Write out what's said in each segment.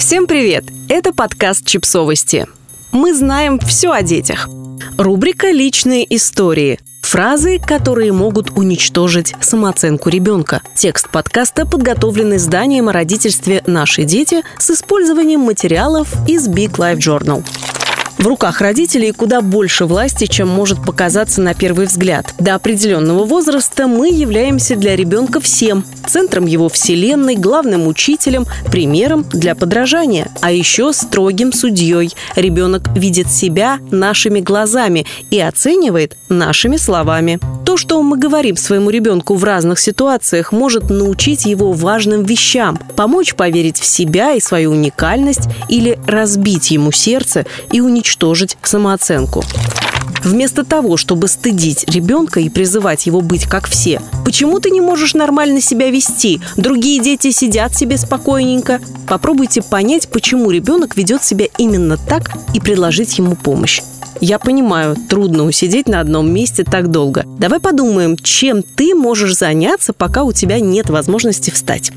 Всем привет! Это подкаст «Чипсовости». Мы знаем все о детях. Рубрика «Личные истории». Фразы, которые могут уничтожить самооценку ребенка. Текст подкаста подготовлен изданием о родительстве «Наши дети» с использованием материалов из Big Life Journal. В руках родителей куда больше власти, чем может показаться на первый взгляд. До определенного возраста мы являемся для ребенка всем. Центром его вселенной, главным учителем, примером для подражания. А еще строгим судьей. Ребенок видит себя нашими глазами и оценивает нашими словами. То, что мы говорим своему ребенку в разных ситуациях, может научить его важным вещам, помочь поверить в себя и свою уникальность или разбить ему сердце и уничтожить самооценку. Вместо того, чтобы стыдить ребенка и призывать его быть как все, почему ты не можешь нормально себя вести? Другие дети сидят себе спокойненько. Попробуйте понять, почему ребенок ведет себя именно так, и предложить ему помощь. Я понимаю, трудно усидеть на одном месте так долго. Давай подумаем, чем ты можешь заняться, пока у тебя нет возможности встать.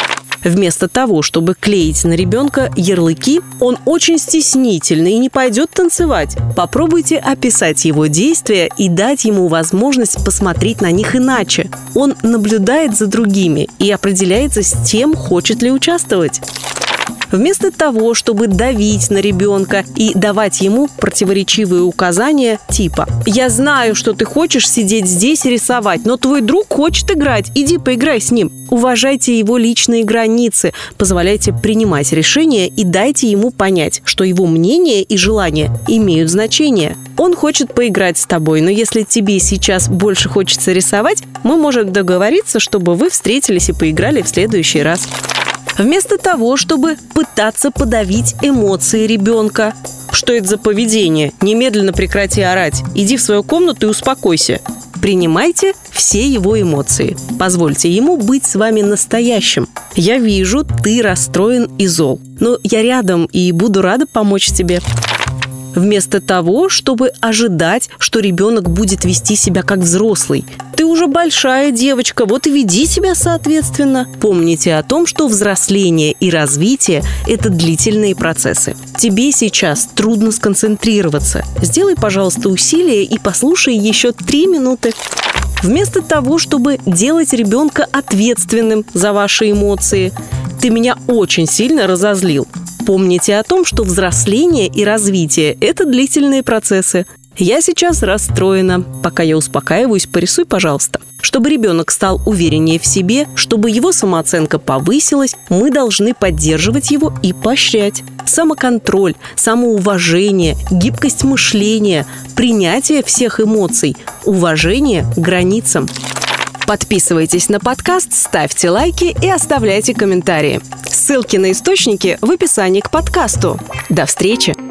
Вместо того, чтобы клеить на ребенка ярлыки, он очень стеснительный и не пойдет танцевать. Попробуйте описать его действия и дать ему возможность посмотреть на них иначе. Он наблюдает за другими и определяется с тем, хочет ли участвовать. Вместо того, чтобы давить на ребенка и давать ему противоречивые указания типа «Я знаю, что ты хочешь сидеть здесь и рисовать, но твой друг хочет играть, иди поиграй с ним». Уважайте его личные границы, позволяйте принимать решения и дайте ему понять, что его мнение и желания имеют значение. Он хочет поиграть с тобой, но если тебе сейчас больше хочется рисовать, мы можем договориться, чтобы вы встретились и поиграли в следующий раз. Вместо того, чтобы пытаться подавить эмоции ребенка. Что это за поведение? Немедленно прекрати орать. Иди в свою комнату и успокойся. Принимайте все его эмоции. Позвольте ему быть с вами настоящим. Я вижу, ты расстроен и зол. Но я рядом и буду рада помочь тебе. Вместо того, чтобы ожидать, что ребенок будет вести себя как взрослый. Ты уже большая девочка, вот и веди себя соответственно. Помните о том, что взросление и развитие – это длительные процессы. Тебе сейчас трудно сконцентрироваться. Сделай, пожалуйста, усилие и послушай еще 3 минуты. Вместо того, чтобы делать ребенка ответственным за ваши эмоции. Ты меня очень сильно разозлил. Помните о том, что взросление и развитие – это длительные процессы. Я сейчас расстроена. Пока я успокаиваюсь, порисуй, пожалуйста. Чтобы ребенок стал увереннее в себе, чтобы его самооценка повысилась, мы должны поддерживать его и поощрять. Самоконтроль, самоуважение, гибкость мышления, принятие всех эмоций, уважение к границам. Подписывайтесь на подкаст, ставьте лайки и оставляйте комментарии. Ссылки на источники в описании к подкасту. До встречи!